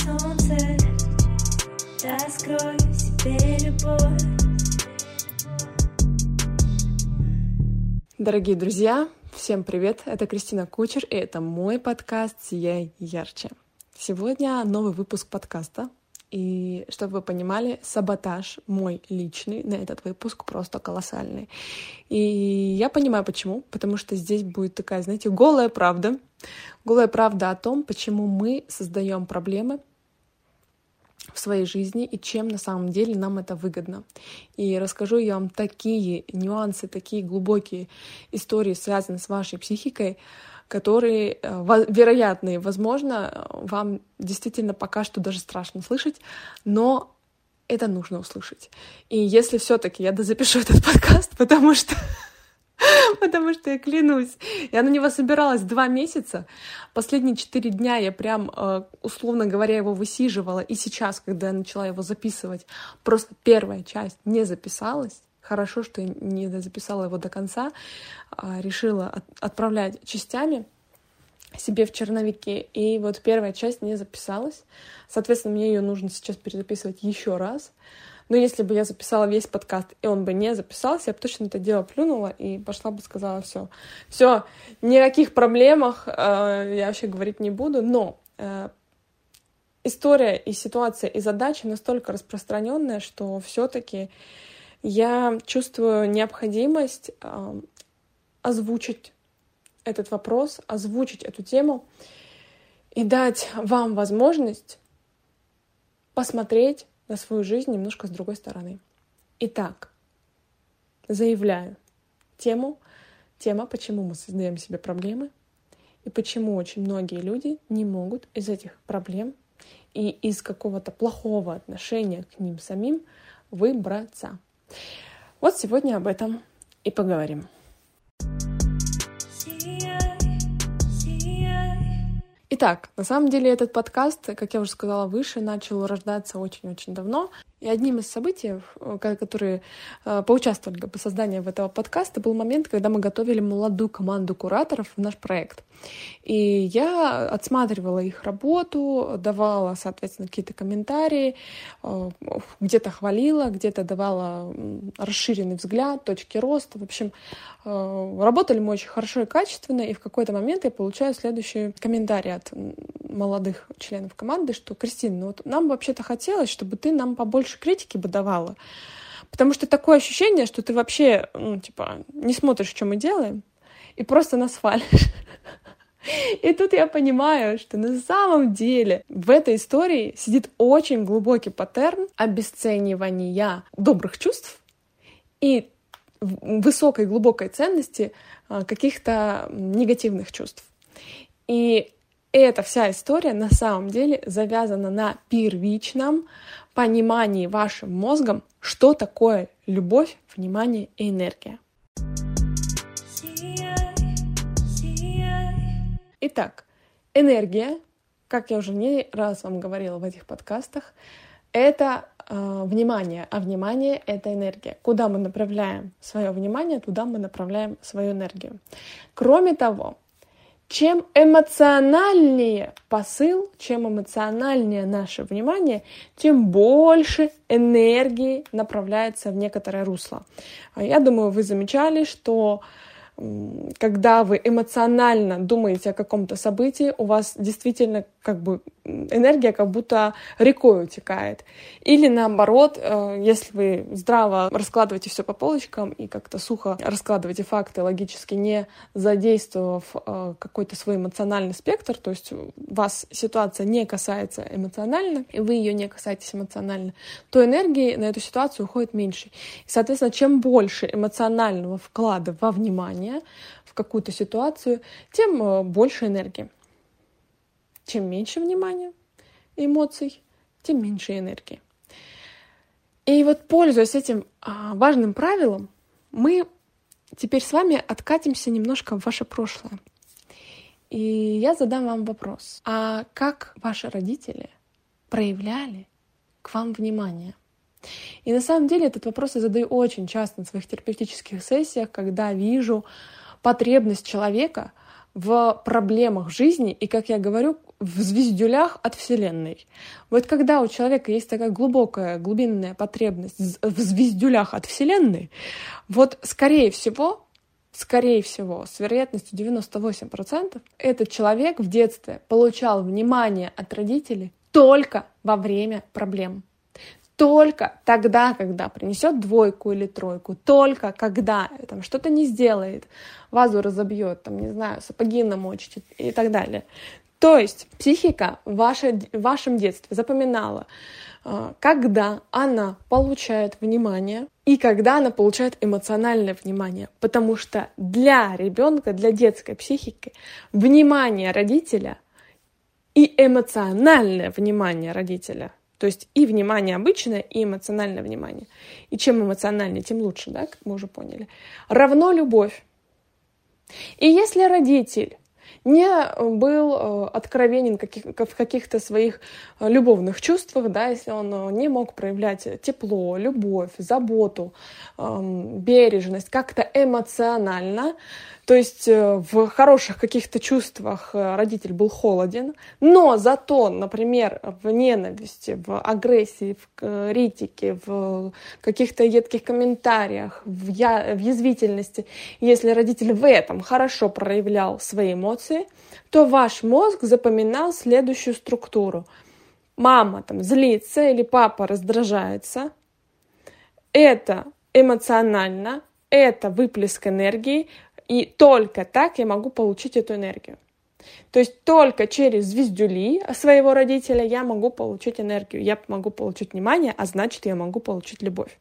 солнце, раскрой в себе любовь. Дорогие друзья, всем привет! Это Кристина Кучер, и это мой подкаст «Сияй ярче». Сегодня новый выпуск подкаста. И чтобы вы понимали, саботаж мой личный на этот выпуск просто колоссальный. И я понимаю, почему. Потому что здесь будет такая, знаете, голая правда. Голая правда о том, почему мы создаем проблемы в своей жизни и чем на самом деле нам это выгодно. И расскажу я вам такие нюансы, такие глубокие истории, связанные с вашей психикой, которые, вероятно, и возможно, вам действительно пока что даже страшно слышать, но это нужно услышать. И если все-таки я дозапишу этот подкаст, потому что я клянусь, я на него собиралась 2 месяца. Последние 4 дня я прям, условно говоря, его высиживала. И сейчас, когда я начала его записывать, просто первая часть не записалась. Хорошо, что я не записала его до конца. Решила отправлять частями себе в черновики. И вот первая часть не записалась. Соответственно, мне ее нужно сейчас перезаписывать еще раз. Но если бы я записала весь подкаст, и он бы не записался, я бы точно это дело плюнула и пошла бы сказала: все, никаких проблемах я вообще говорить не буду. Но история и ситуация и задача настолько распространенная, что все-таки я чувствую необходимость озвучить этот вопрос, озвучить эту тему и дать вам возможность посмотреть на свою жизнь немножко с другой стороны. Итак, заявляю тема, почему мы создаем себе проблемы и почему очень многие люди не могут из этих проблем и из какого-то плохого отношения к ним самим выбраться. Вот сегодня об этом и поговорим. Итак, на самом деле этот подкаст, как я уже сказала выше, начал рождаться очень-очень давно. И одним из событий, которые поучаствовали в создании этого подкаста, был момент, когда мы готовили молодую команду кураторов в наш проект. И я отсматривала их работу, давала, соответственно, какие-то комментарии, где-то хвалила, где-то давала расширенный взгляд, точки роста. В общем, работали мы очень хорошо и качественно, и в какой-то момент я получаю следующий комментарий от молодых членов команды, что: Кристина, ну вот нам вообще-то хотелось, чтобы ты нам побольше критики бы давала, потому что такое ощущение, что ты вообще, не смотришь, что мы делаем, и просто нас хвалишь. И тут я понимаю, что на самом деле в этой истории сидит очень глубокий паттерн обесценивания добрых чувств и высокой глубокой ценности каких-то негативных чувств. И эта вся история на самом деле завязана на первичном понимании вашим мозгом, что такое любовь, внимание и энергия. Итак, энергия, как я уже не раз вам говорила в этих подкастах, это внимание, а внимание — это энергия. Куда мы направляем свое внимание, туда мы направляем свою энергию. Кроме того, чем эмоциональнее посыл, чем эмоциональнее наше внимание, тем больше энергии направляется в некоторое русло. Я думаю, вы замечали, что когда вы эмоционально думаете о каком-то событии, у вас действительно энергия как будто рекой утекает. Или наоборот, если вы здраво раскладываете все по полочкам и как-то сухо раскладываете факты, логически не задействовав какой-то свой эмоциональный спектр, то есть вас ситуация не касается эмоционально, и вы ее не касаетесь эмоционально, то энергии на эту ситуацию уходит меньше. И, соответственно, чем больше эмоционального вклада во внимание в какую-то ситуацию, тем больше энергии. Чем меньше внимания и эмоций, тем меньше энергии. И вот, пользуясь этим важным правилом, мы теперь с вами откатимся немножко в ваше прошлое. И я задам вам вопрос. А как ваши родители проявляли к вам внимание? И на самом деле этот вопрос я задаю очень часто на своих терапевтических сессиях, когда вижу потребность человека в проблемах жизни и, как я говорю, в звездюлях от Вселенной. Вот когда у человека есть такая глубокая, глубинная потребность в звездюлях от Вселенной, вот скорее всего, с вероятностью 98%, этот человек в детстве получал внимание от родителей только во время проблем. Только тогда, когда принесет 2 или 3, только когда там что-то не сделает, вазу разобьет, там, не знаю, сапоги намочит и так далее. То есть психика в вашем детстве запоминала, когда она получает внимание и когда она получает эмоциональное внимание. Потому что для ребенка, для детской психики, внимание родителя и эмоциональное внимание родителя, то есть и внимание обычное, и эмоциональное внимание. И чем эмоциональнее, тем лучше, да, как мы уже поняли. Равно любовь. И если родитель не был откровенен в каких-то своих любовных чувствах, да, если он не мог проявлять тепло, любовь, заботу, бережность как-то эмоционально, то есть в хороших каких-то чувствах родитель был холоден, но зато, например, в ненависти, в агрессии, в критике, в каких-то едких комментариях, в язвительности, если родитель в этом хорошо проявлял свои эмоции, то ваш мозг запоминал следующую структуру. Мама там злится или папа раздражается. Это эмоционально, это выплеск энергии, и только так я могу получить эту энергию. То есть только через звездюли своего родителя я могу получить энергию, я могу получить внимание, а значит, я могу получить любовь.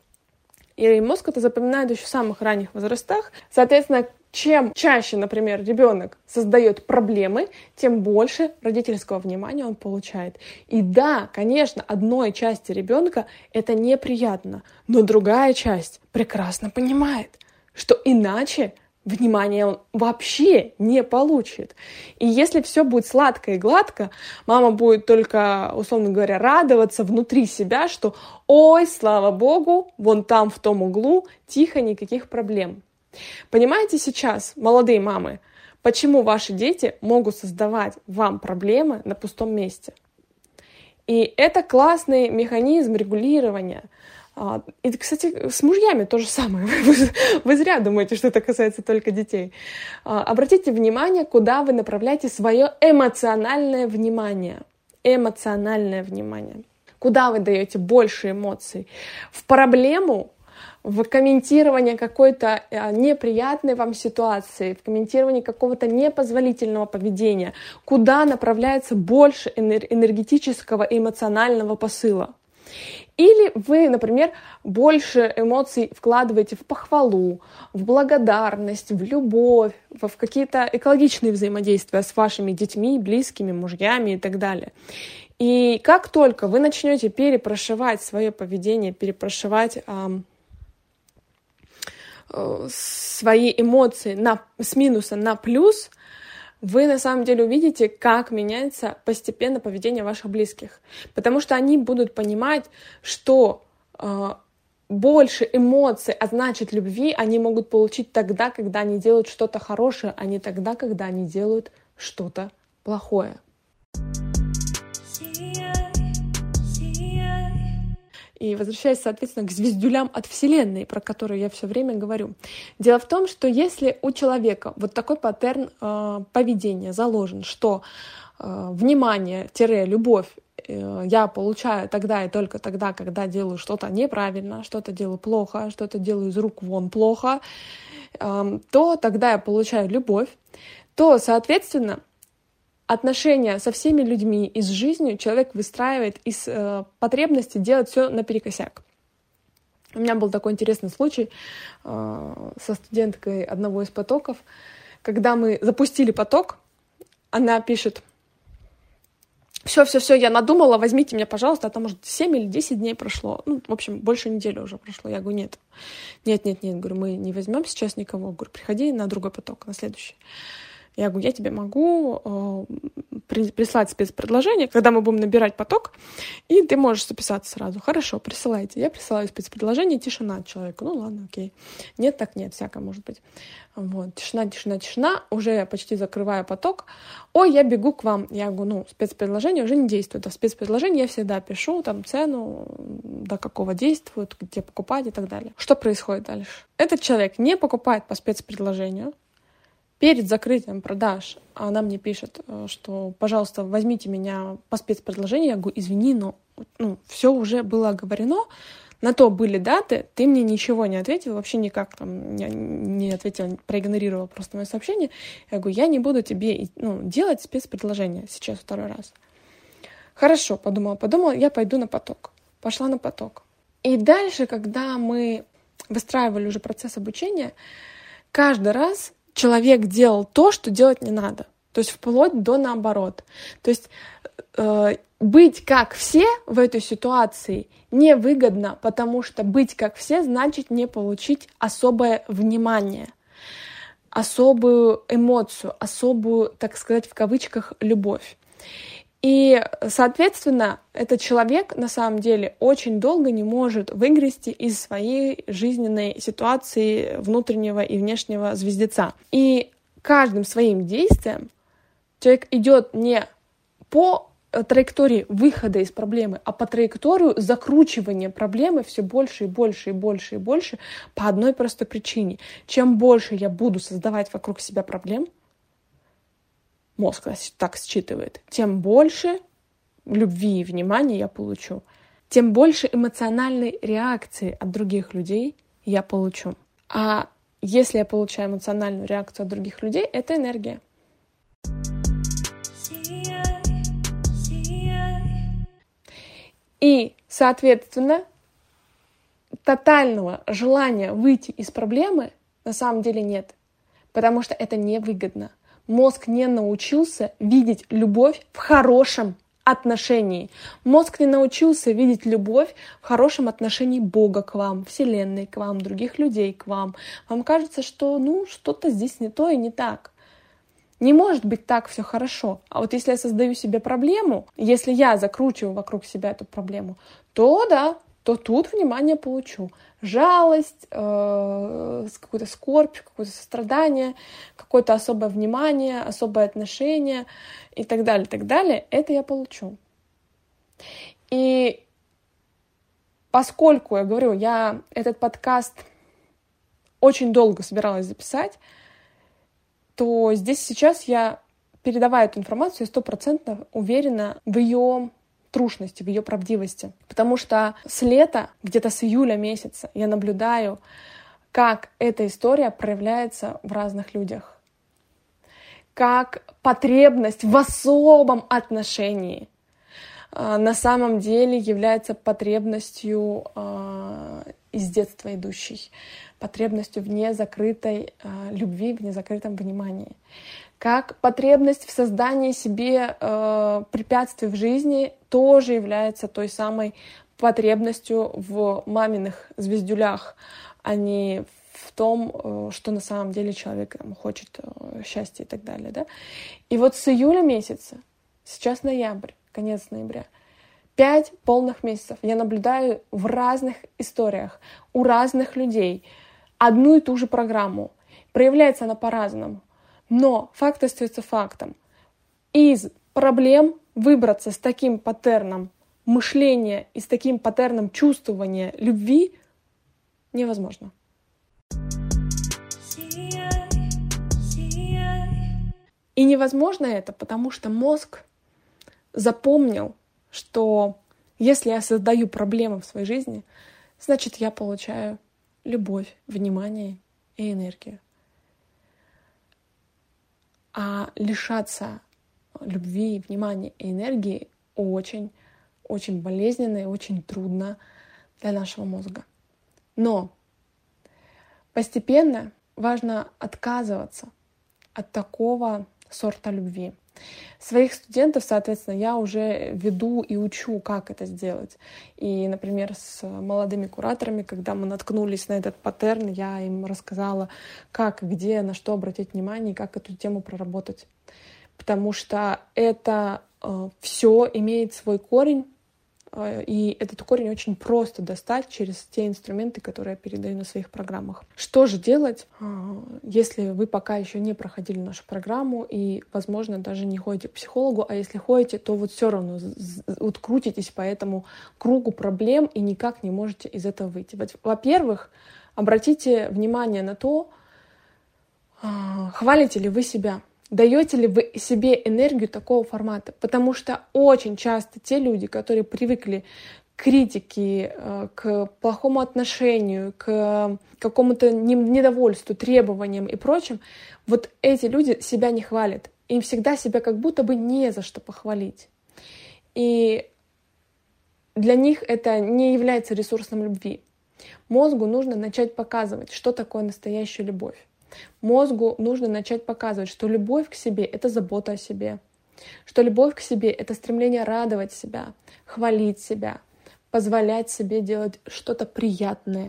И мозг это запоминает еще в самых ранних возрастах. Соответственно, чем чаще, например, ребенок создает проблемы, тем больше родительского внимания он получает. И да, конечно, одной части ребенка это неприятно, но другая часть прекрасно понимает, что иначе внимания он вообще не получит. И если все будет сладко и гладко, мама будет только, условно говоря, радоваться внутри себя, что «Ой, слава Богу, вон там в том углу тихо, никаких проблем». Понимаете сейчас, молодые мамы, почему ваши дети могут создавать вам проблемы на пустом месте? И это классный механизм регулирования. И, кстати, с мужьями то же самое. Вы зря думаете, что это касается только детей. Обратите внимание, куда вы направляете свое эмоциональное внимание. Эмоциональное внимание. Куда вы даете больше эмоций? В проблему, в комментирование какой-то неприятной вам ситуации, в комментирование какого-то непозволительного поведения, куда направляется больше энергетического и эмоционального посыла. Или вы, например, больше эмоций вкладываете в похвалу, в благодарность, в любовь, в какие-то экологичные взаимодействия с вашими детьми, близкими, мужьями и так далее. И как только вы начнете перепрошивать свое поведение, перепрошивать свои эмоции с минуса на плюс, вы на самом деле увидите, как меняется постепенно поведение ваших близких. Потому что они будут понимать, что больше эмоций, а значит любви, они могут получить тогда, когда они делают что-то хорошее, а не тогда, когда они делают что-то плохое. И возвращаясь, соответственно, к звездюлям от Вселенной, про которые я все время говорю. Дело в том, что если у человека вот такой паттерн поведения заложен, что внимание-любовь я получаю тогда и только тогда, когда делаю что-то неправильно, что-то делаю плохо, что-то делаю из рук вон плохо, то тогда я получаю любовь, то, соответственно, отношения со всеми людьми и с жизнью человек выстраивает из потребности делать все наперекосяк. У меня был такой интересный случай со студенткой одного из потоков. Когда мы запустили поток, она пишет: все, я надумала, возьмите меня, пожалуйста, а там, может, 7 или 10 дней прошло. Ну, в общем, больше недели уже прошло. Я говорю, нет, говорю, мы не возьмем сейчас никого. Говорю, приходи на другой поток, на следующий. Я говорю, я тебе могу прислать спецпредложение, когда мы будем набирать поток, и ты можешь записаться сразу. Хорошо, присылайте. Я присылаю спецпредложение, тишина от человека. Ну ладно, окей. Нет, так нет, всякое может быть. Вот, тишина, уже я почти закрываю поток. Ой, я бегу к вам. Я говорю, спецпредложение уже не действует. А в спецпредложении я всегда пишу там цену, до какого действует, где покупать и так далее. Что происходит дальше? Этот человек не покупает по спецпредложению. Перед закрытием продаж она мне пишет, что, пожалуйста, возьмите меня по спецпредложению. Я говорю, извини, но все уже было оговорено. На то были даты, ты мне ничего не ответил, вообще никак там не ответил, проигнорировал просто мое сообщение. Я говорю, я не буду тебе делать спецпредложение сейчас второй раз. Хорошо, подумала, я пойду на поток. Пошла на поток. И дальше, когда мы выстраивали уже процесс обучения, каждый раз человек делал то, что делать не надо. То есть вплоть до наоборот. То есть быть как все в этой ситуации невыгодно, потому что быть как все значит не получить особое внимание, особую эмоцию, особую, так сказать, в кавычках, любовь. И, соответственно, этот человек на самом деле очень долго не может выгрести из своей жизненной ситуации внутреннего и внешнего звездеца. И каждым своим действием человек идет не по траектории выхода из проблемы, а по траекторию закручивания проблемы все больше и больше и больше и больше по одной простой причине. Чем больше я буду создавать вокруг себя проблем, мозг так считывает, тем больше любви и внимания я получу, тем больше эмоциональной реакции от других людей я получу. А если я получаю эмоциональную реакцию от других людей, это энергия. И, соответственно, тотального желания выйти из проблемы на самом деле нет, потому что это невыгодно. Мозг не научился видеть любовь в хорошем отношении. Мозг не научился видеть любовь в хорошем отношении Бога к вам, Вселенной к вам, других людей к вам. Вам кажется, что что-то здесь не то и не так. Не может быть так все хорошо. А вот если я создаю себе проблему, если я закручиваю вокруг себя эту проблему, то тут внимание получу. Жалость, какую-то скорбь, какое-то сострадание, какое-то особое внимание, особое отношение и так далее, это я получу. И поскольку, я говорю, я этот подкаст очень долго собиралась записать, то здесь сейчас я, передавая эту информацию, 100% уверена в ее трушности, в ее правдивости. Потому что с лета, где-то с июля месяца, я наблюдаю, как эта история проявляется в разных людях. Как потребность в особом отношении на самом деле является потребностью из детства идущей, потребностью в незакрытой любви, в незакрытом внимании. Как потребность в создании себе препятствий в жизни тоже является той самой потребностью в маминых звездюлях, а не в том, что на самом деле человек хочет счастья и так далее. Да? И вот с июля месяца, сейчас ноябрь, конец ноября, 5 полных месяцев я наблюдаю в разных историях, у разных людей одну и ту же программу. Проявляется она по-разному. Но факт остается фактом. Из проблем выбраться с таким паттерном мышления и с таким паттерном чувствования любви невозможно. И невозможно это, потому что мозг запомнил, что если я создаю проблемы в своей жизни, значит, я получаю любовь, внимание и энергию. А лишаться любви, внимания и энергии очень, очень болезненно и очень трудно для нашего мозга. Но постепенно важно отказываться от такого сорта любви. Своих студентов, соответственно, я уже веду и учу, как это сделать. И, например, с молодыми кураторами, когда мы наткнулись на этот паттерн, я им рассказала, как, где, на что обратить внимание и как эту тему проработать. потому что это все имеет свой корень, и этот корень очень просто достать через те инструменты, которые я передаю на своих программах. Что же делать, если вы пока еще не проходили нашу программу и, возможно, даже не ходите к психологу, а если ходите, то вот все равно вот крутитесь по этому кругу проблем и никак не можете из этого выйти. Во-первых, обратите внимание на то, хвалите ли вы себя. Даете ли вы себе энергию такого формата? Потому что очень часто те люди, которые привыкли к критике, к плохому отношению, к какому-то недовольству, требованиям и прочим, вот эти люди себя не хвалят. Им всегда себя как будто бы не за что похвалить. И для них это не является ресурсом любви. Мозгу нужно начать показывать, что такое настоящая любовь. Мозгу нужно начать показывать, что любовь к себе — это забота о себе, что любовь к себе — это стремление радовать себя, хвалить себя, позволять себе делать что-то приятное,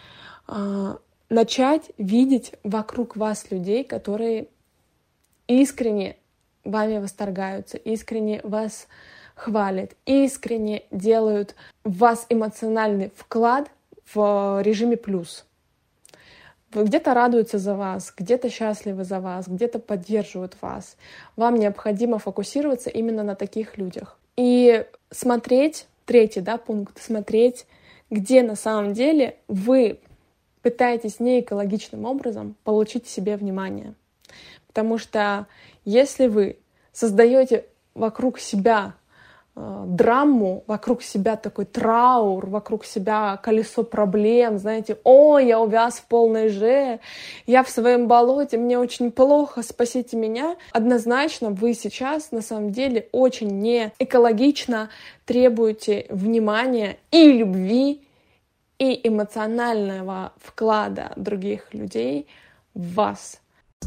начать видеть вокруг вас людей, которые искренне вами восторгаются, искренне вас хвалят, искренне делают в вас эмоциональный вклад в режиме плюс. Где-то радуются за вас, где-то счастливы за вас, где-то поддерживают вас. Вам необходимо фокусироваться именно на таких людях. И смотреть, третий пункт, смотреть, где на самом деле вы пытаетесь неэкологичным образом получить себе внимание. Потому что если вы создаете вокруг себя драму, вокруг себя такой траур, вокруг себя колесо проблем, знаете, я увяз в полной же, я в своем болоте, мне очень плохо, спасите меня. Однозначно вы сейчас на самом деле очень не экологично требуете внимания и любви, и эмоционального вклада других людей в вас.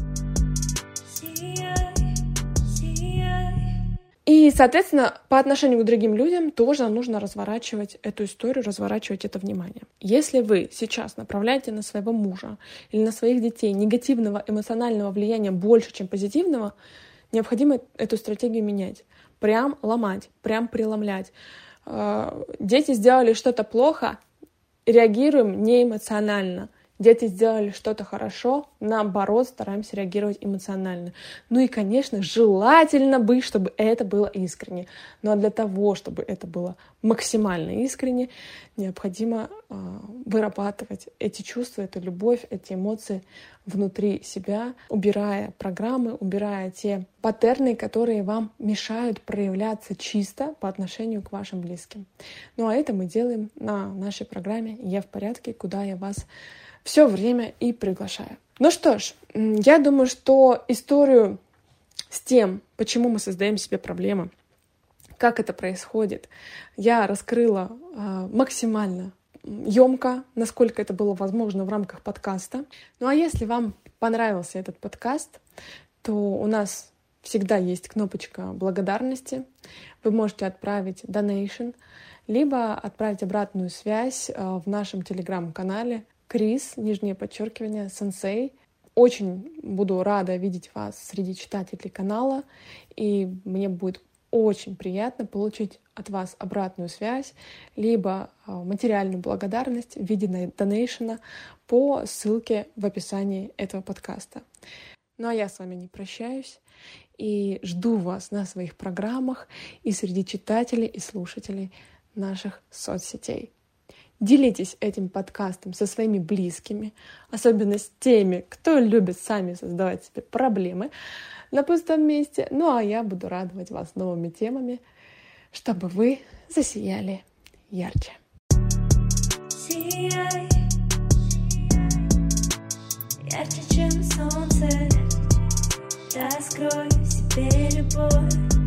И, соответственно, по отношению к другим людям тоже нужно разворачивать эту историю, разворачивать это внимание. Если вы сейчас направляете на своего мужа или на своих детей негативного эмоционального влияния больше, чем позитивного, необходимо эту стратегию менять. Прям ломать, прям преломлять. Дети сделали что-то плохо, реагируем не эмоционально. Дети сделали что-то хорошо, наоборот, стараемся реагировать эмоционально. Ну и, конечно, желательно бы, чтобы это было искренне. Но для того, чтобы это было максимально искренне, необходимо вырабатывать эти чувства, эту любовь, эти эмоции внутри себя, убирая программы, убирая те паттерны, которые вам мешают проявляться чисто по отношению к вашим близким. Ну а это мы делаем на нашей программе «Я в порядке», куда я вас все время и приглашаю. Ну что ж, я думаю, что историю с тем, почему мы создаем себе проблемы, как это происходит, я раскрыла максимально емко, насколько это было возможно в рамках подкаста. Ну а если вам понравился этот подкаст, то у нас всегда есть кнопочка благодарности. Вы можете отправить donation, либо отправить обратную связь в нашем телеграм-канале Крис, _сенсей. Очень буду рада видеть вас среди читателей канала, и мне будет очень приятно получить от вас обратную связь, либо материальную благодарность в виде донейшена по ссылке в описании этого подкаста. Ну а я с вами не прощаюсь и жду вас на своих программах и среди читателей и слушателей наших соцсетей. Делитесь этим подкастом со своими близкими, особенно с теми, кто любит сами создавать себе проблемы на пустом месте. Ну а я буду радовать вас новыми темами, чтобы вы засияли ярче. Сияй, ярче, чем солнце, раскрой в себе любовь.